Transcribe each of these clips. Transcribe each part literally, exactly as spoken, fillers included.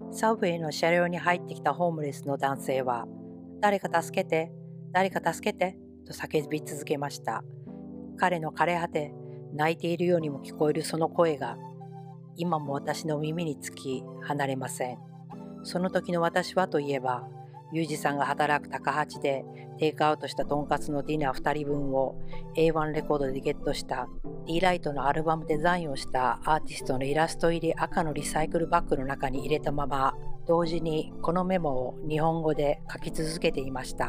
サブウェイの車両に入ってきたホームレスの男性は、誰か助けて、誰か助けて、と叫び続けました。彼の枯れ果て、泣いているようにも聞こえるその声が、今も私の耳につき離れません。その時の私はといえば、ユージさんが働く高八でテイクアウトしたとんかつのディナーふたりぶんを エーワン レコードでゲットした D ライトのアルバムデザインをしたアーティストのイラスト入り赤のリサイクルバッグの中に入れたまま、同時にこのメモを日本語で書き続けていました。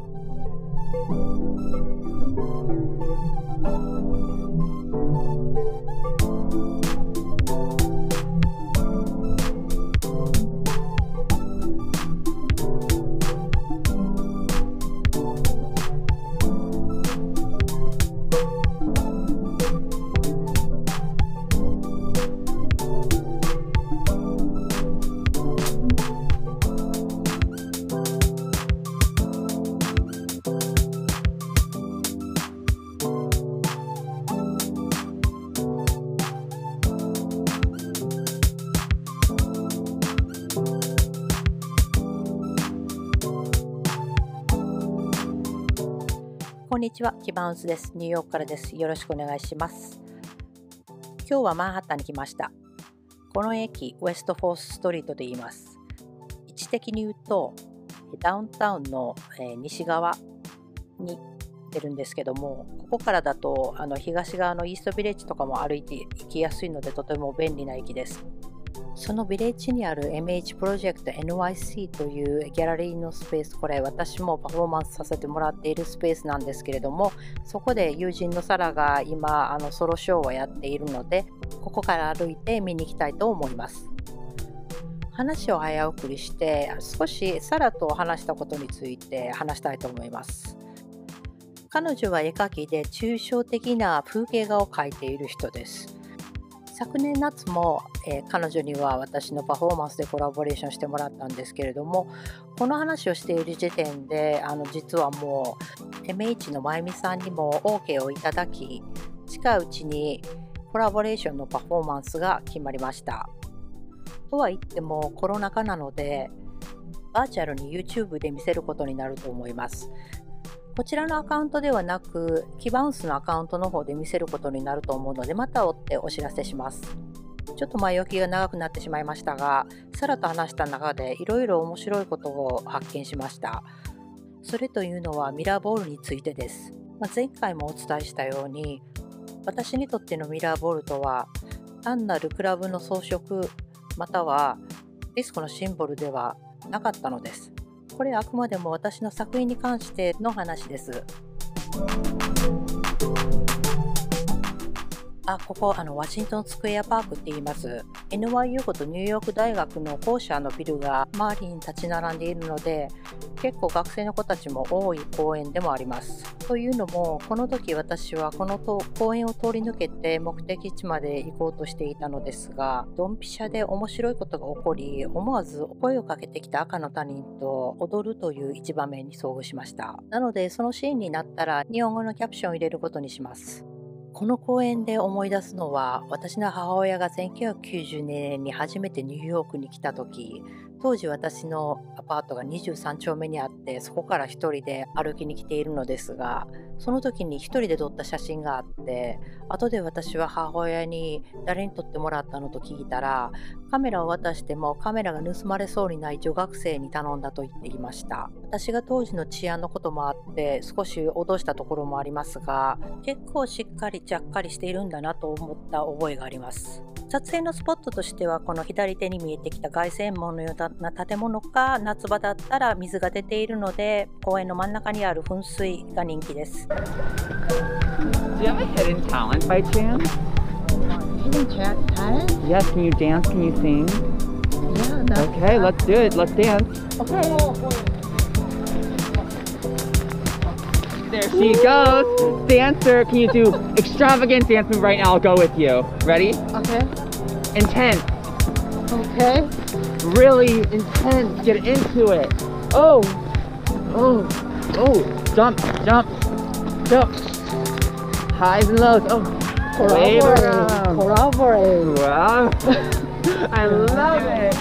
こんにちは、キバウンスです。ニューヨークからです。よろしくお願いします。今日はマンハッタンに来ました。この駅、ウェストフォースストリートと言います。位置的に言うと、ダウンタウンの、えー、西側に出るんですけども、ここからだとあの東側のイーストビレッジとかも歩いて行きやすいので、とても便利な駅です。そのビレッジにある エムエイチ プロジェクト エヌワイシー というギャラリーのスペース、これ私もパフォーマンスさせてもらっているスペースなんですけれども、そこで友人のサラが今あのソロショーをやっているので、ここから歩いて見に行きたいと思います。話を早送りして少しサラと話したことについて話したいと思います。彼女は絵描きで抽象的な風景画を描いている人です。昨年夏も、えー、彼女には私のパフォーマンスでコラボレーションしてもらったんですけれども、この話をしている時点であの実はもう エムエイチ のまゆみさんにも オーケー をいただき、近いうちにコラボレーションのパフォーマンスが決まりました。とは言ってもコロナ禍なのでバーチャルに YouTube で見せることになると思います。こちらのアカウントではなく、キバウンスのアカウントの方で見せることになると思うので、また追ってお知らせします。ちょっと前置きが長くなってしまいましたが、サラと話した中でいろいろ面白いことを発見しました。それというのはミラーボールについてです。まあ、前回もお伝えしたように、私にとってのミラーボールとは、単なるクラブの装飾、またはディスコのシンボルではなかったのです。これはあくまでも私の作品に関しての話です。あ、ここあのワシントンスクエアパークって言います。エヌワイユー ことニューヨーク大学の校舎のビルが周りに立ち並んでいるので、結構学生の子たちも多い公園でもあります。というのも、この時私はこの公園を通り抜けて目的地まで行こうとしていたのですが、ドンピシャで面白いことが起こり、思わず声をかけてきた赤の他人と踊るという一場面に遭遇しました。なのでそのシーンになったら日本語のキャプションを入れることにします。この公園で思い出すのは、私の母親がせんきゅうひゃくきゅうじゅうにねんに初めてニューヨークに来た時、当時私のアパートがにじゅうさんちょうめにあって、そこから一人で歩きに来ているのですが、その時に一人で撮った写真があって、後で私は母親に誰に撮ってもらったのと聞いたら、カメラを渡してもカメラが盗まれそうにない女学生に頼んだと言っていました。私が当時の治安のこともあって少し脅したところもありますが、結構しっかりちゃっかりしているんだなと思った覚えがあります。撮影のスポットとしては、この左手に見えてきた凱旋門のような建物か、夏場だったら水が出ているので公園の真ん中にある噴水が人気です。 Do you have a hidden talent by chance? Hidden talent? Yes, can you dance? Can you sing? Yeah, that's Okay, let's do it. Let's dance. Okay. There she goes. Dancer, can you do extravagant dance move right now? I'll go with you. Ready? Okay. Intense. Okay. Really intense. Get into it. Oh. Oh. Oh. Jump. Jump. Jump. Highs and lows. Oh. Wave Collaborate. around. Collaborate. Wow. I love it.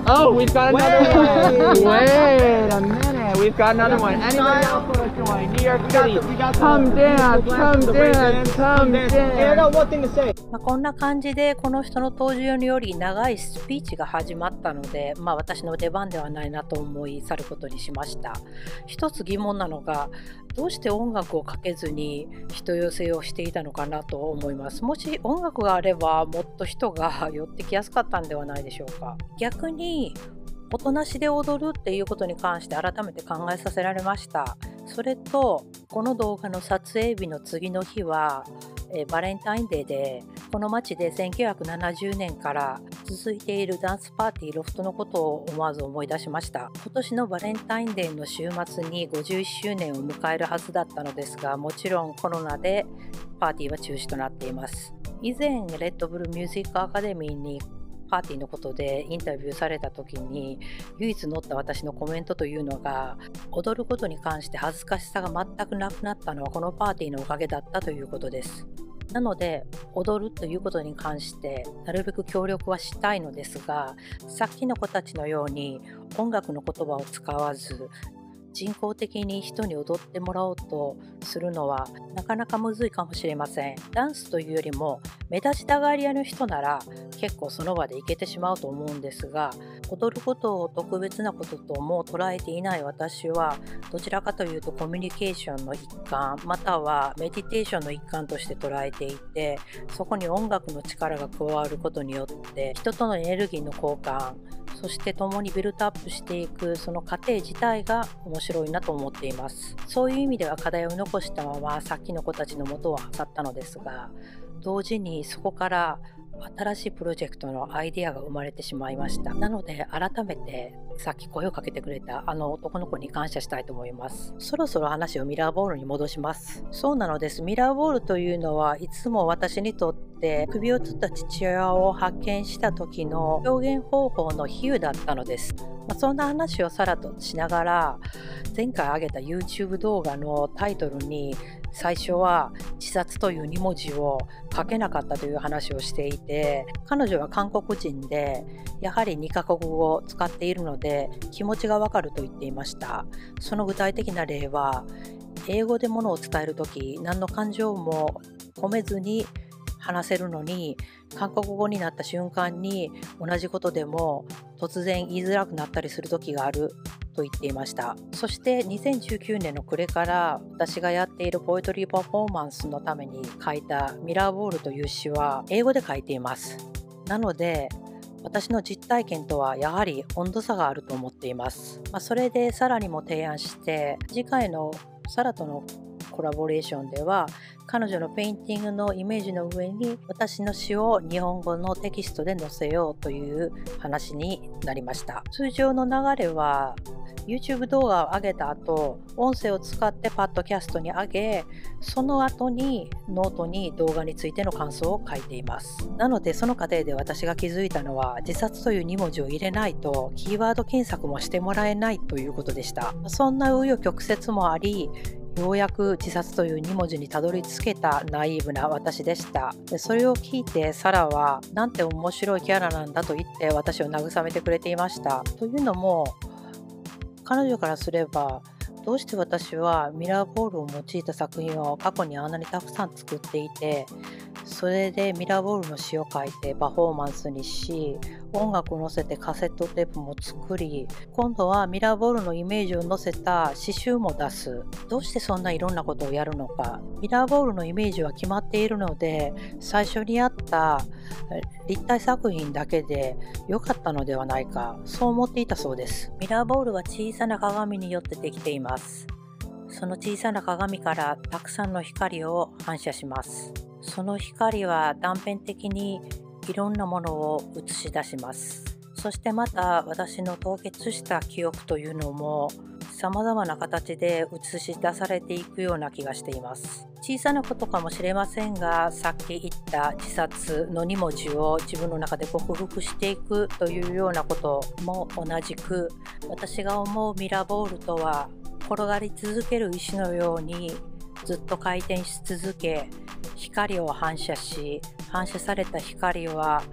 Oh, we've got another Wait. one. Wait a minute. We've got another one. Anybody else want to join? New York City. Come dance, come dance, come Hey, I dance. got one thing to say. まあ、こんな感じでこの人の登場により長いスピーチが始まったので、まあ、私の出番ではないなと思い去ることにしました。一つ疑問なのが、どうして音楽をかけずに人寄せをしていたのかなと思います。もし音楽があればもっと人が寄ってきやすかったんではないでしょうか。逆におとなしで踊るっていうことに関して改めて考えさせられました。それとこの動画の撮影日の次の日はえバレンタインデーで、この街でせんきゅうひゃくななじゅうねんから続いているダンスパーティーロフトのことを思わず思い出しました。今年のバレンタインデーの週末にごじゅういっしゅうねんを迎えるはずだったのですが、もちろんコロナでパーティーは中止となっています。以前レッドブルミュージックアカデミーにパーティーのことでインタビューされた時に唯一載った私のコメントというのが、踊ることに関して恥ずかしさが全くなくなったのはこのパーティーのおかげだったということです。なので踊るということに関してなるべく協力はしたいのですが、さっきの子たちのように音楽の言葉を使わず人工的に人に踊ってもらおうとするのはなかなかむずいかもしれません。ダンスというよりも目立ちたがり屋の人なら結構その場でいけてしまうと思うんですが、踊ることを特別なこととも捉えていない私はどちらかというとコミュニケーションの一環またはメディテーションの一環として捉えていて、そこに音楽の力が加わることによって人とのエネルギーの交換、そして共にビルドアップしていくその過程自体が面白いなと思っています。そういう意味では課題を残したままさっきの子たちの元を去ったのですが、同時にそこから新しいプロジェクトのアイデアが生まれてしまいました。なので改めてさっき声をかけてくれたあの男の子に感謝したいと思います。そろそろ話をミラーボールに戻します。そうなのです。ミラーボールというのはいつも私にとって首をつった父親を発見した時の表現方法の比喩だったのです。まあ、そんな話をさらとしながら前回上げた YouTube 動画のタイトルに最初は自殺というに文字を書けなかったという話をしていて、彼女は韓国人でやはりにカ国語を使っているので気持ちがわかると言っていました。その具体的な例は、英語でものを伝えるとき何の感情も込めずに話せるのに、韓国語になった瞬間に同じことでも突然言いづらくなったりする時があると言っていました。そしてにせんじゅうきゅうねんの暮れから私がやっているポエトリーパフォーマンスのために書いたミラーボールという詩は英語で書いています。なので私の実体験とはやはり温度差があると思っています。まあ、それでさらにも提案して次回のサラとのコラボレーションでは彼女のペインティングのイメージの上に私の詩を日本語のテキストで載せようという話になりました。通常の流れは YouTube 動画を上げた後、音声を使ってパッドキャストに上げ、その後にノートに動画についての感想を書いています。なのでその過程で私が気づいたのは、自殺というに文字を入れないとキーワード検索もしてもらえないということでした。そんな紆余曲折もあり、ようやく自殺というに文字にたどり着けたナイーブな私でした。でそれを聞いてサラはなんて面白いキャラなんだと言って私を慰めてくれていました。というのも彼女からすれば、どうして私はミラーボールを用いた作品を過去にあんなにたくさん作っていて、それでミラーボールの詩を書いてパフォーマンスにし、音楽を載せてカセットテープも作り、今度はミラーボールのイメージを載せた詩集も出す。どうしてそんないろんなことをやるのか。ミラーボールのイメージは決まっているので、最初にやった立体作品だけで良かったのではないか、そう思っていたそうです。ミラーボールは小さな鏡によってできています。その小さな鏡からたくさんの光を反射します。その光は断片的にいろんなものを映し出します。そしてまた私の凍結した記憶というのもさまざまな形で映し出されていくような気がしています。小さなことかもしれませんが、さっき言った自殺のに文字を自分の中で克服していくというようなことも同じく、私が思うミラーボールとは転がり続ける石のようにずっと回転し続け、光を反射し、反射された光は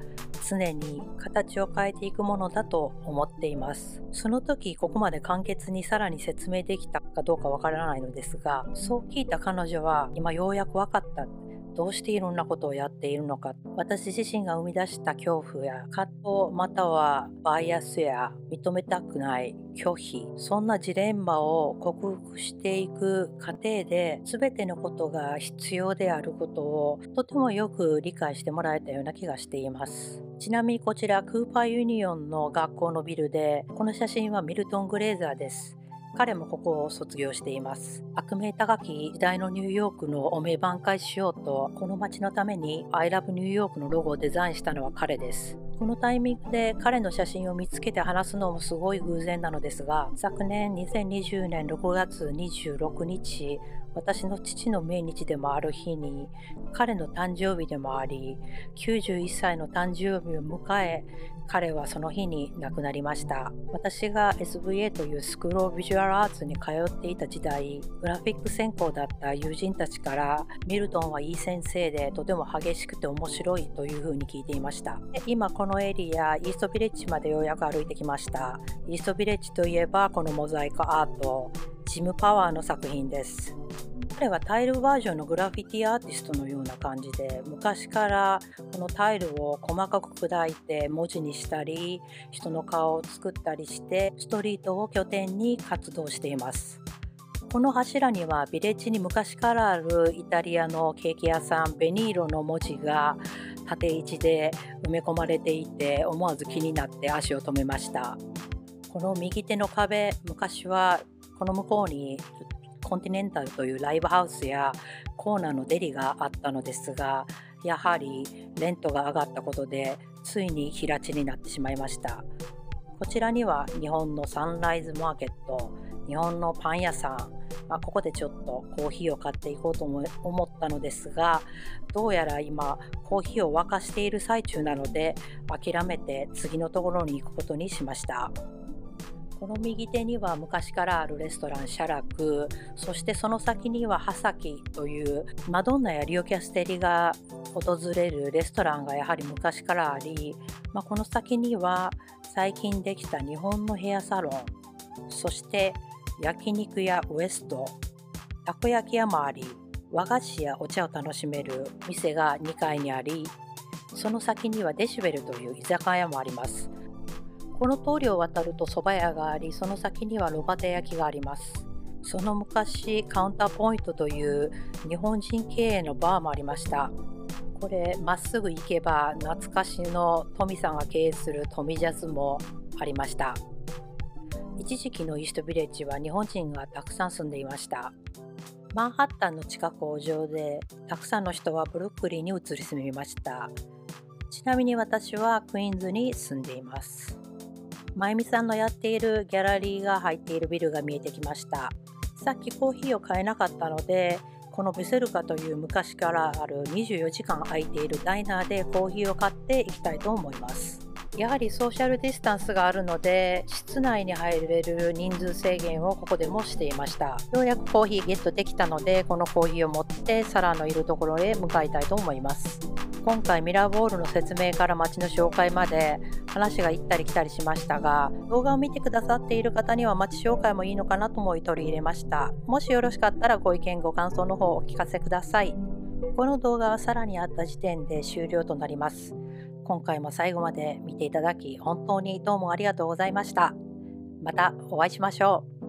常に形を変えていくものだと思っています。その時ここまで簡潔にさらに説明できたかどうかわからないのですが、そう聞いた彼女は今ようやく分かった。どうしていろんなことをやっているのか。私自身が生み出した恐怖や葛藤、またはバイアスや認めたくない拒否、そんなジレンマを克服していく過程で全てのことが必要であることをとてもよく理解してもらえたような気がしています。ちなみにこちらクーパーユニオンの学校のビルで、この写真はミルトン・グレーザーです。彼もここを卒業しています。悪名高き時代のニューヨークの汚名挽回しようと、この街のために I love New York のロゴをデザインしたのは彼です。このタイミングで彼の写真を見つけて話すのもすごい偶然なのですが、昨年にせんにじゅうねんろくがつにじゅうろくにち、私の父の命日でもある日に、彼の誕生日でもあり、きゅうじゅういっさいの誕生日を迎え、彼はその日に亡くなりました。私が エスブイエー というスクール・オブ・ビジュアル・アーツに通っていた時代、グラフィック専攻だった友人たちから、ミルトンはいい先生でとても激しくて面白いというふうに聞いていました。で、今このエリア、イーストビレッジまでようやく歩いてきました。イーストビレッジといえばこのモザイクアート、ジム・パワーの作品です。彼はタイルバージョンのグラフィティアーティストのような感じで、昔からこのタイルを細かく砕いて文字にしたり、人の顔を作ったりしてストリートを拠点に活動しています。この柱にはビレッジに昔からあるイタリアのケーキ屋さんベニーロの文字が縦位置で埋め込まれていて、思わず気になって足を止めました。この右手の壁、昔はこの向こうにコンティネンタルというライブハウスやコーナーのデリがあったのですが、やはりレントが上がったことでついに平地になってしまいました。こちらには日本のサンライズマーケット、日本のパン屋さん、まあ、ここでちょっとコーヒーを買っていこうと思ったのですが、どうやら今コーヒーを沸かしている最中なので諦めて次のところに行くことにしました。この右手には昔からあるレストランシャラク、そしてその先にはハサキというマドンナやリオ・キャステリが訪れるレストランがやはり昔からあり、まあ、この先には最近できた日本のヘアサロン、そして焼肉屋ウエスト、たこ焼き屋もあり、和菓子やお茶を楽しめる店がにかいにあり、その先にはデシベルという居酒屋もあります。この通りを渡ると蕎麦屋があり、その先には炉端焼きがあります。その昔、カウンターポイントという日本人経営のバーもありました。これ、まっすぐ行けば懐かしのトミさんが経営するトミジャズもありました。一時期のイーストビレッジは日本人がたくさん住んでいました。マンハッタンの地下工場でたくさんの人はブルックリンに移り住みました。ちなみに私はクイーンズに住んでいます。まゆみさんのやっているギャラリーが入っているビルが見えてきました。さっきコーヒーを買えなかったので、このベセルカという昔からあるにじゅうよじかん空いているダイナーでコーヒーを買っていきたいと思います。やはりソーシャルディスタンスがあるので、室内に入れる人数制限をここでもしていました。ようやくコーヒーゲットできたので、このコーヒーを持ってサラのいるところへ向かいたいと思います。今回ミラーボールの説明から街の紹介まで話が行ったり来たりしましたが、動画を見てくださっている方には街紹介もいいのかなと思い取り入れました。もしよろしかったらご意見ご感想の方をお聞かせください。この動画はさらにあった時点で終了となります。今回も最後まで見ていただき本当にどうもありがとうございました。またお会いしましょう。